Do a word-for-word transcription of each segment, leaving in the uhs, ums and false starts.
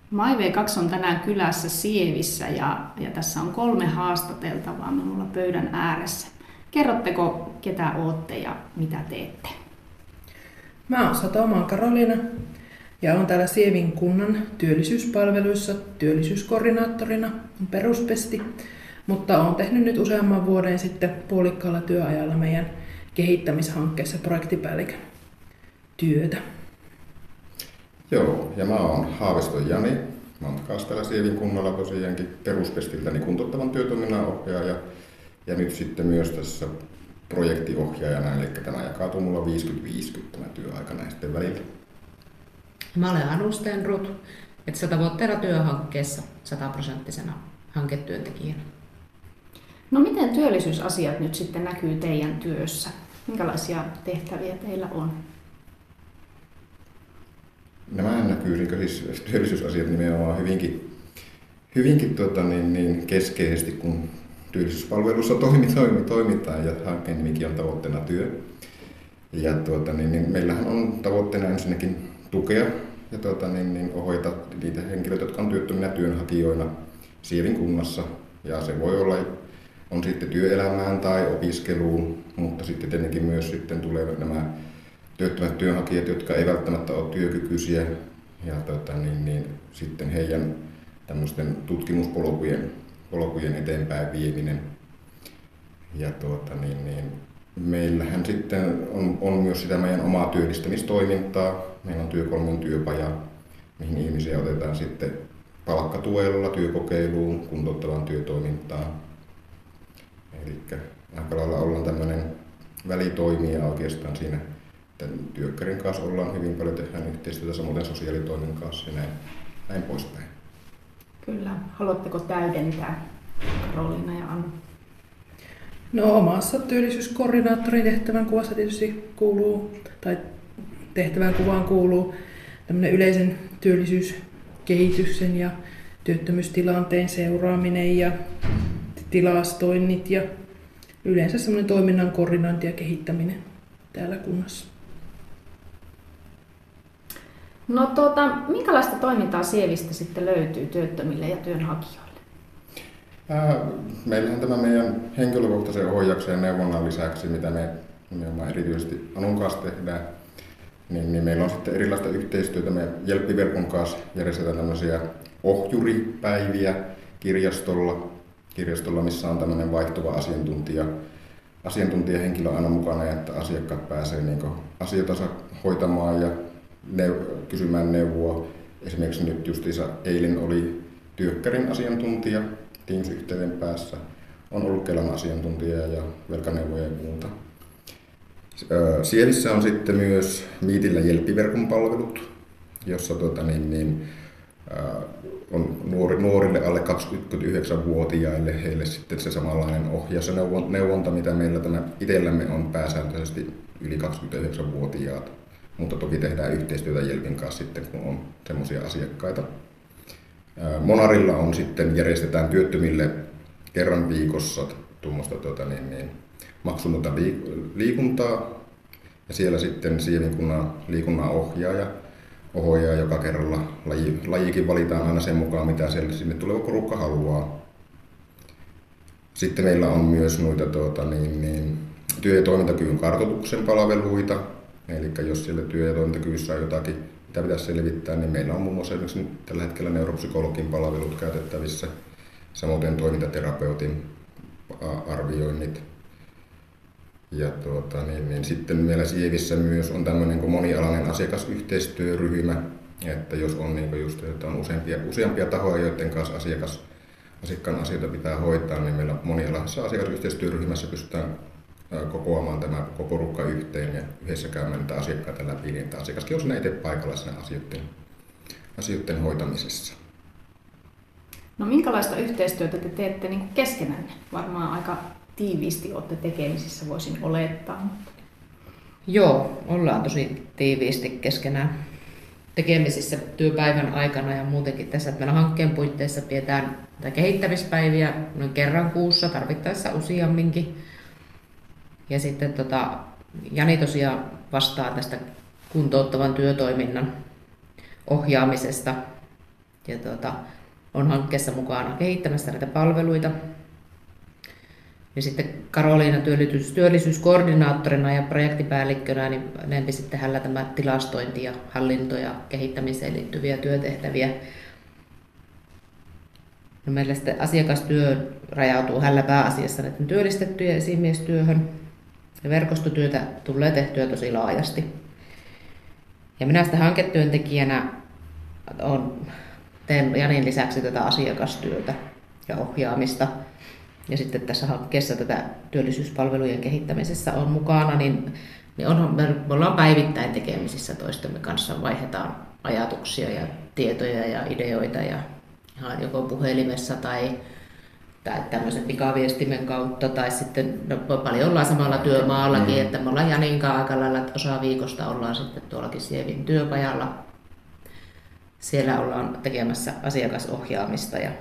M A I V kaksi on tänään kylässä Sievissä ja, ja tässä on kolme haastateltavaa minulla pöydän ääressä. Kerrotteko, ketä olette ja mitä teette? Mä oon Satomaan Karoliina ja olen täällä Sievin kunnan työllisyyspalveluissa työllisyyskoordinaattorina, peruspesti, mutta olen tehnyt nyt useamman vuoden sitten puolikkaalla työajalla meidän kehittämishankkeessa projektipäällikön työtä. Joo, ja mä oon Haaviston Jani. Mä oon taas täällä Sievin kunnalla tosiaankin peruspestiltäni kuntouttavan työtoiminnan ohjaaja ja nyt sitten myös tässä projektiohjaajana, eli tämä jakautuu mulla viisikymmentä viisikymmentä tämä työaika näisten välillä. Mä olen Anu Stenrut, että sä tavoitteena työhankkeessa sataprosenttisena hanketyöntekijänä. No miten työllisyysasiat nyt sitten näkyy teidän työssä? Minkälaisia tehtäviä teillä on? Nämä näkyy siis työllisyysasiat nimenomaan hyvinkin, hyvinkin tuota, niin, niin keskeisesti, kun työllisyyspalvelussa toimi, toimi, toimitaan ja hankkeen nimikin on tavoitteena työ. Ja tuota, niin, niin meillähän on tavoitteena ensinnäkin tukea ja tuota, niin, niin ohjata niitä henkilöitä, jotka on työttöminä työnhakijoina Sievin kunnassa. Ja se voi olla on sitten työelämään tai opiskeluun, mutta sitten tietenkin myös sitten tulee nämä työttömät työnhakijat, jotka ei välttämättä ole työkykyisiä ja tuota, niin, niin, sitten heidän tämmöisten tutkimuspolkujen polkujen eteenpäin vieminen. Ja tuota, niin, niin, meillähän sitten on, on myös sitä meidän omaa työllistämistoimintaa. Meillä on työkolmion työpaja, mihin ihmisiä otetaan sitten palkkatuella, työkokeiluun, kuntouttavaan työtoimintaan. Eli aika lailla ollaan tämmöinen välitoimija oikeastaan siinä. Työkkärin kanssa ollaan hyvin paljon, tehdään yhteistyötä samoin sosiaalitoimin kanssa ja näin, näin poispäin. Kyllä. Haluatteko täydentää, Karoliina ja Anu? No omassa työllisyyskoordinaattorin tehtävän kuvassa tietysti kuuluu, tai tehtävän kuvaan kuuluu tämmöinen yleisen työllisyyskehityksen ja työttömyystilanteen seuraaminen ja tilastoinnit ja yleensä semmoinen toiminnan koordinointi ja kehittäminen täällä kunnassa. No tuota, minkälaista toimintaa Sievistä sitten löytyy työttömille ja työnhakijoille? Ää, meillähän tämä meidän henkilökohtaisen ohjauksen ja neuvonnan lisäksi, mitä me nimenomaan erityisesti Anun kanssa tehdään, niin, niin meillä on sitten erilaista yhteistyötä. Me Jelppiverkon kanssa järjestetään tämmöisiä ohjuripäiviä kirjastolla, kirjastolla missä on tämmöinen vaihtuva asiantuntija, asiantuntijahenkilö aina mukana, ja että asiakkaat pääsee niin asioitansa hoitamaan ja neuv- kysymään neuvoa. Esimerkiksi nyt justiinsa eilen oli työkkärin asiantuntija Teams-yhteyden päässä, on ollut Kelan asiantuntija ja velkaneuvoja ja muuta. Sievissä on sitten myös Miitillä Jelppiverkon palvelut, jossa tuota, niin, niin, on nuorille alle kaksikymmentäyhdeksänvuotiaille heille sitten se samanlainen ohjaus ja neuvonta, mitä meillä tämä itsellämme on pääsääntöisesti yli kaksikymmentäyhdeksänvuotiaat. Mutta toki tehdään yhteistyötä Jelpin kanssa sitten, kun on semmoisia asiakkaita. Monarilla on sitten, järjestetään työttömille kerran viikossa tuommoista tuota, niin, niin, maksutonta liikuntaa. Ja siellä sitten Sievin kunnan liikunnan ohjaaja ohjaa joka kerralla. Laji, lajikin valitaan aina sen mukaan, mitä siellä sinne tuleva porukka haluaa. Sitten meillä on myös noita tuota, niin, niin, työ- ja toimintakyvyn kartoituksen palveluita. Eli jos siellä työ- ja toimintakyvyssä on jotakin, mitä pitäisi selvittää, niin meillä on muun muassa esimerkiksi nyt tällä hetkellä neuropsykologin palvelut käytettävissä, samoin toimintaterapeutin arvioinnit. Ja tuota, niin, niin sitten meillä Sievissä myös on tämmöinen kuin monialainen asiakasyhteistyöryhmä, että jos on niin just, että on useampia, useampia tahoja, joiden kanssa asiakas, asiakkaan asioita pitää hoitaa, niin meillä monialaisessa asiakasyhteistyöryhmässä pystytään kokoamaan tämä koko porukka yhteen ja yhdessä käymään niitä asiakkaita läpi, niin että asiakaskin on siinä itse paikalla siinä asioiden, asioiden hoitamisessa. No minkälaista yhteistyötä te teette niin kuin keskenänne? Varmaan aika tiiviisti olette tekemisissä, voisin olettaa. Mutta... Joo, ollaan tosi tiiviisti keskenään tekemisissä työpäivän aikana ja muutenkin tässä, että meillä hankkeen puitteissa pidetään kehittämispäiviä noin kerran kuussa, tarvittaessa useamminkin. Ja sitten tota, Jani tosiaan vastaa tästä kuntouttavan työtoiminnan ohjaamisesta ja tuota, on hankkeessa mukana kehittämässä näitä palveluita. Ja sitten Karoliina työllisyys, työllisyyskoordinaattorina ja projektipäällikkönä, niin enempi sitten hänellä tämä tilastointi ja hallinto ja kehittämiseen liittyviä työtehtäviä. No meillä sitten asiakastyö rajautuu hänellä pääasiassa näiden työllistettyjen esimiestyöhön. Ja verkostotyötä tulee tehtyä tosi laajasti. Ja minä sitten hanketyöntekijänä on, teen Janin lisäksi tätä asiakastyötä ja ohjaamista. Ja sitten tässä hankkeessa tätä työllisyyspalvelujen kehittämisessä on mukana, niin, niin on, me ollaan päivittäin tekemisissä toistemme kanssa, vaihdetaan ajatuksia ja tietoja ja ideoita ja ihan joko puhelimessa tai, tai tämmöisen pikaviestimen kautta tai sitten no, paljon ollaan samalla työmaallakin, mm. että me ollaan Janinkaan aika lailla, että osa viikosta ollaan sitten tuollakin Sievin työpajalla. Siellä ollaan tekemässä asiakasohjaamista ja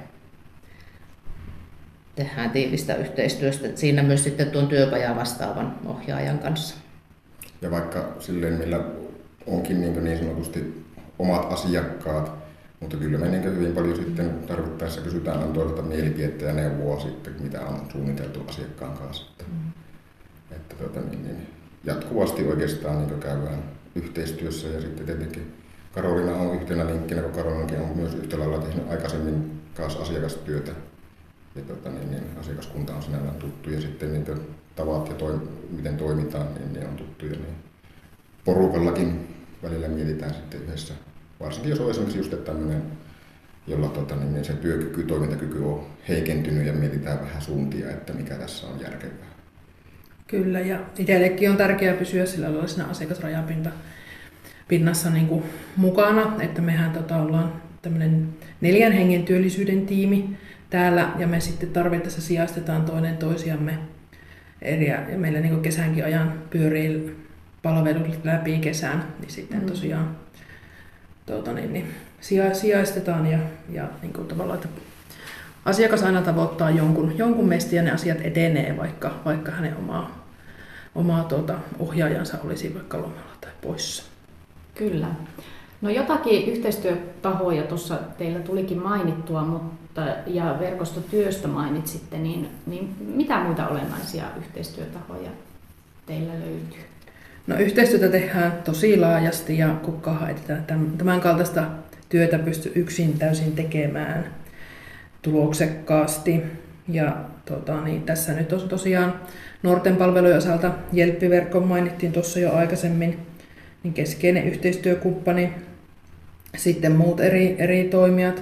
tehdään tiivistä yhteistyöstä siinä myös sitten tuon työpajan vastaavan ohjaajan kanssa. Ja vaikka silleen, millä onkin niin, niin sanotusti omat asiakkaat, mutta kyllä me niin hyvin paljon sitten tarvittaessa kysytään antoilta mielipidettä ja neuvoa sitten, mitä on suunniteltu asiakkaan kanssa. Mm. Että, tuota, niin, niin, jatkuvasti oikeastaan niin käydään yhteistyössä ja sitten tietenkin Karoliina on yhtenä linkkinä, kun Karoliinakin on myös yhtä lailla tehnyt aikaisemmin kanssa asiakastyötä. Ja tuota, niin, niin, asiakaskunta on sinällään tuttu ja sitten niin, tavat ja toi, miten toimitaan, niin ne on tuttuja. Niin porukallakin välillä mietitään sitten yhdessä. Varsinkin jos on esimerkiksi just tämmöinen, jolla tuota, niin, niin se työkyky, toimintakyky on heikentynyt ja mietitään vähän suuntia, että mikä tässä on järkevää. Kyllä, ja itsellekin on tärkeää pysyä sillä lailla siinä asiakasrajapinta pinnassa niin kuin mukana, että mehän tota, ollaan tämmöinen neljän hengen työllisyyden tiimi täällä ja me sitten tarvittaessa sijaistetaan toinen toisiamme eri, ja meillä niin kuin kesänkin ajan pyörii palvelut läpi kesän, niin sitten mm. tosiaan tuota, niin, niin, sija, sijaistetaan ja, ja niin kuin tavallaan, että asiakas aina tavoittaa jonkun, jonkun meistä ja ne asiat etenee, vaikka, vaikka hänen omaa, omaa tuota, ohjaajansa olisi vaikka lomalla tai poissa. Kyllä. No jotakin yhteistyötahoja tuossa teillä tulikin mainittua, mutta ja verkostotyöstä mainitsitte, niin, niin mitä muita olennaisia yhteistyötahoja teillä löytyy? No yhteistyötä tehdään tosi laajasti ja kukaan ei tämän kaltaista työtä pysty yksin täysin tekemään tuloksekkaasti. Ja tota, niin tässä nyt on tosiaan nuorten palvelujen osalta Jelppiverkko mainittiin tuossa jo aikaisemmin, niin keskeinen yhteistyökumppani. Sitten muut eri, eri toimijat.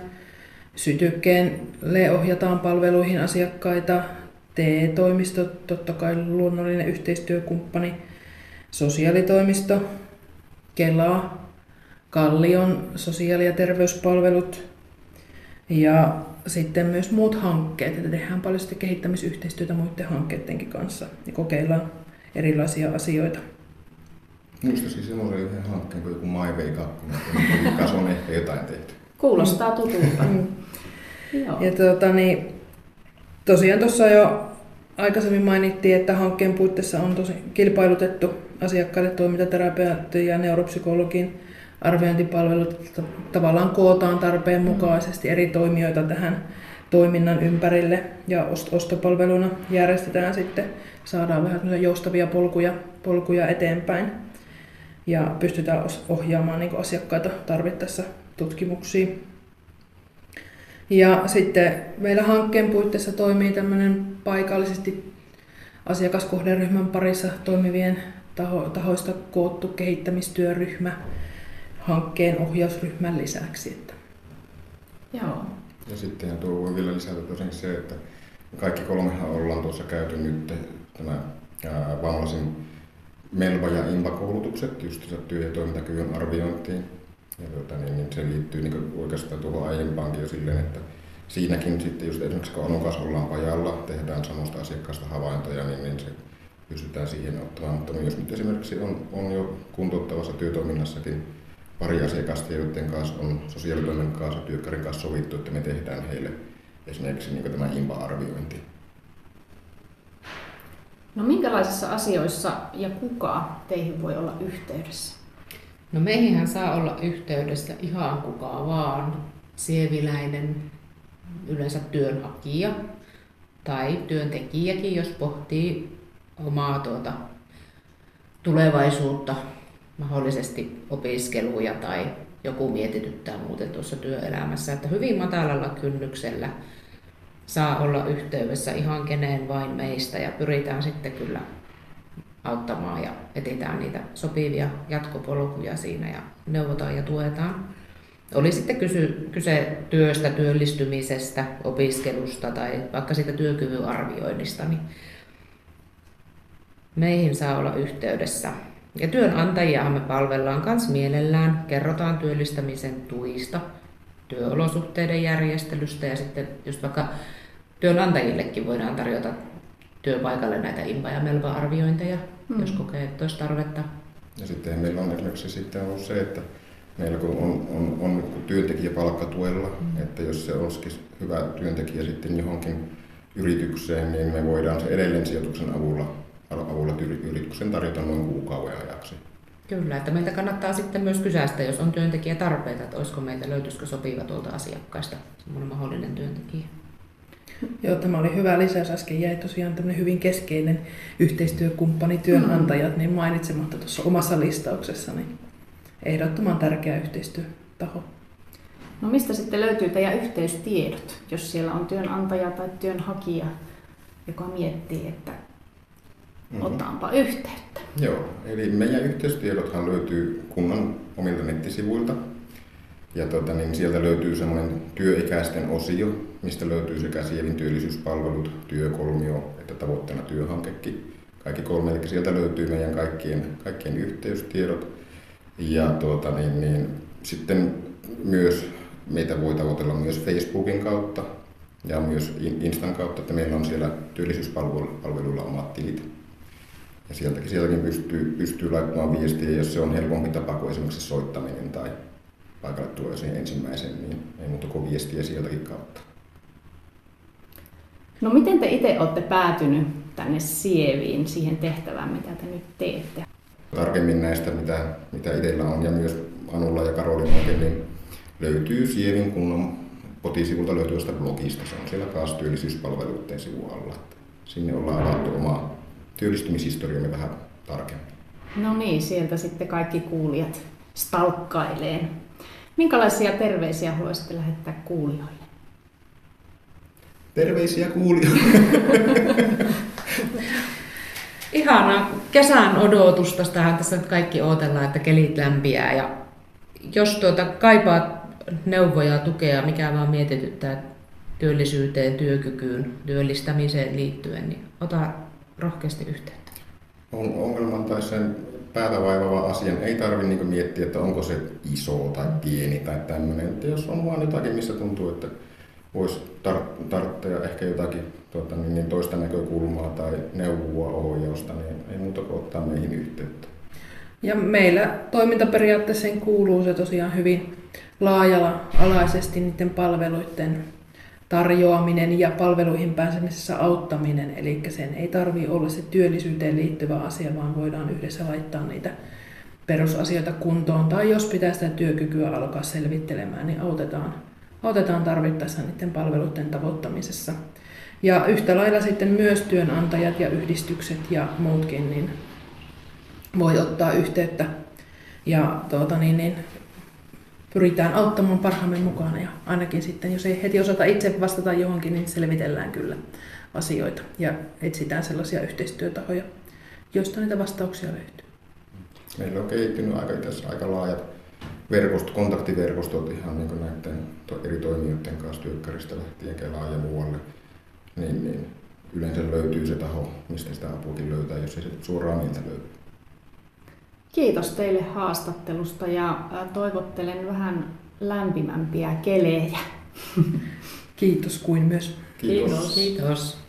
Sytykkeelle ohjataan palveluihin asiakkaita. T E-toimisto, totta kai luonnollinen yhteistyökumppani. Sosiaalitoimisto, Kela, Kallion sosiaali- ja terveyspalvelut ja sitten myös muut hankkeet. Että tehdään paljon sitten kehittämisyhteistyötä muiden hankkeidenkin kanssa ja kokeillaan erilaisia asioita. Muistaisin semmoisen yhden hankkeen kuin joku MyWay kaksi, kanssa on ehkä jotain tehty. Kuulostaa tutulta. Mm. Ja tuota, niin, tosiaan tuossa jo aikaisemmin mainittiin, että hankkeen puitteissa on tosi kilpailutettu asiakkaille toimintaterapeutin ja neuropsykologin arviointipalvelut. Tavallaan kootaan tarpeen mukaisesti eri toimijoita tähän toiminnan ympärille ja ostopalveluna järjestetään sitten, saadaan vähän joustavia polkuja, polkuja eteenpäin ja pystytään ohjaamaan niin kuin asiakkaita tarvittaessa tutkimuksiin. Ja sitten meillä hankkeen puitteissa toimii tämmöinen paikallisesti asiakaskohderyhmän parissa toimivien taho, tahoista koottu kehittämistyöryhmä hankkeen ohjausryhmän lisäksi. Että. Joo. Ja sitten tuo voi vielä lisätä tosiaan se, että kaikki kolmehan ollaan tuossa käyty nyt tämä Vamlasin Melva- ja Imba-koulutukset just työ- ja toimintakyvyn arviointiin. Ja tuota, niin, niin se liittyy niin oikeastaan tuohon aiemmpaankin jo silleen, että siinäkin sitten just esimerkiksi kun Anukas ollaan pajalla, tehdään samasta asiakkaasta havaintoja, niin, niin se pystytään siihen ottamaan. Mutta jos nyt esimerkiksi on, on jo kuntouttavassa työtoiminnassakin pari asiakasta, joiden kanssa on sosiaalitoimen kanssa ja työkkärin kanssa sovittu, että me tehdään heille esimerkiksi niin tämä I M P A-arviointi. No minkälaisissa asioissa ja kuka teihin voi olla yhteydessä? No meihinhän saa olla yhteydessä ihan kuka vaan. sieviläinen, yleensä työnhakija tai työntekijäkin, jos pohtii omaa tuota, tulevaisuutta, mahdollisesti opiskeluja tai joku mietityttää muuten tuossa työelämässä, että hyvin matalalla kynnyksellä saa olla yhteydessä ihan keneen vain meistä ja pyritään sitten kyllä auttamaan ja etsitään niitä sopivia jatkopolkuja siinä ja neuvotaan ja tuetaan. Oli sitten kysy, kyse työstä, työllistymisestä, opiskelusta tai vaikka siitä työkyvyn arvioinnista, niin meihin saa olla yhteydessä. Ja työnantajia me palvellaan myös mielellään, kerrotaan työllistämisen tuista, työolosuhteiden järjestelystä ja sitten just vaikka työnantajillekin voidaan tarjota työpaikalle näitä I M P A- ja MELPA-arviointeja, mm. jos kokee, että olisi tarvetta. Ja sitten meillä on esimerkiksi sitten ollut se, että meillä kun on, on, on työntekijä palkkatuella, mm. että jos se olisikin hyvä työntekijä sitten johonkin yritykseen, niin me voidaan se edelleen sijoituksen avulla, avulla yrityksen tarjota noin kuukauden ajaksi. Kyllä, että meiltä kannattaa sitten myös kysäistä, jos on työntekijätarpeita, että olisiko meitä, löytyisikö sopiva tuolta asiakkaista semmoinen mahdollinen työntekijä. Joo, tämä oli hyvä lisäys. Äsken jäi tosiaan tämmöinen hyvin keskeinen yhteistyökumppani, työnantajat, niin mainitsematta tuossa omassa listauksessa, niin ehdottoman tärkeä yhteistyötaho. No mistä sitten löytyy teidän yhteystiedot, jos siellä on työnantaja tai työnhakija, joka miettii, että mm-hmm. otaanpa yhteyttä? Joo, eli meidän yhteystiedothan löytyy kunnan omilta nettisivuilta. Ja tota, niin sieltä löytyy semmoinen työikäisten osio, mistä löytyy sekä sievin työllisyyspalvelut, työkolmio että tavoitteena työhankekin. Kaikki kolme, eli sieltä löytyy meidän kaikkien, kaikkien yhteystiedot. Ja tuota, niin, niin, sitten myös meitä voi tavoitella myös Facebookin kautta ja myös Instan kautta, että meillä on siellä työllisyyspalveluilla omat tilit. Ja sieltäkin, sieltäkin pystyy, pystyy laittamaan viestiä, jos se on helpompi tapa kuin esimerkiksi soittaminen tai paikalle tulee siihen ensimmäisen, niin ei muuta kuin viestiä sieltäkin kautta. No miten te itse olette päätynyt tänne Sieviin, siihen tehtävään, mitä te nyt teette? Tarkemmin näistä, mitä, mitä itsellä on ja myös Anulla ja Karoliinakin, niin löytyy Sievin kunnan kotisivulta löytyvästä blogista. Se on siellä taas työllisyyspalveluiden sivun alla. Sinne ollaan avattu omaa työllistymishistoriamme vähän tarkemmin. No niin, sieltä sitten kaikki kuulijat stalkkaileen. Minkälaisia terveisiä haluaisitte lähettää kuulijoille? Terveisiä kuulijoille! Ihanaa kesän odotusta, tähän tässä nyt kaikki odotellaan, että kelit lämpiää. Ja jos tuota kaipaat neuvoja ja tukea, mikä vaan mietityttää työllisyyteen, työkykyyn, työllistämiseen liittyen, niin ota rohkeasti yhteyttä. On ongelman tai sen päätä vaivaavan asian ei tarvitse niin miettiä, että onko se iso tai pieni tai tämmöinen. Että jos on vaan jotakin, missä tuntuu, että voisi tar- tarvittaa ehkä jotakin tuota, niin toista näkökulmaa tai neuvoa, ohjausta, niin ei muuta kuin ottaa meihin yhteyttä. Ja meillä toimintaperiaatteeseen kuuluu se tosiaan hyvin laajalla alaisesti niiden palveluiden tarjoaminen ja palveluihin pääsemisessä auttaminen. Eli sen ei tarvitse olla se työllisyyteen liittyvä asia, vaan voidaan yhdessä laittaa niitä perusasioita kuntoon. Tai jos pitää sitä työkykyä alkaa selvittelemään, niin autetaan, autetaan tarvittaessa niiden palveluiden tavoittamisessa. Ja yhtä lailla sitten myös työnantajat ja yhdistykset ja muutkin niin voi ottaa yhteyttä ja tuota, niin, niin, pyritään auttamaan parhaamme mukana ja ainakin sitten, jos ei heti osata itse vastata johonkin, niin selvitellään kyllä asioita ja etsitään sellaisia yhteistyötahoja, joista niitä vastauksia löytyy. Meillä on kehittynyt aika, aika laajat verkosto, kontaktiverkostot ihan niin kuin näiden eri toimijoiden kanssa työkkäristä lähtien Kelaan ja muualle. Niin, niin yleensä löytyy se taho, mistä sitä apuakin löytää, jos ei se suoraan niiltä löydy. Kiitos teille haastattelusta ja toivottelen vähän lämpimämpiä kelejä. Kiitos kuin myös. Kiitos. Kiitos. Kiitos.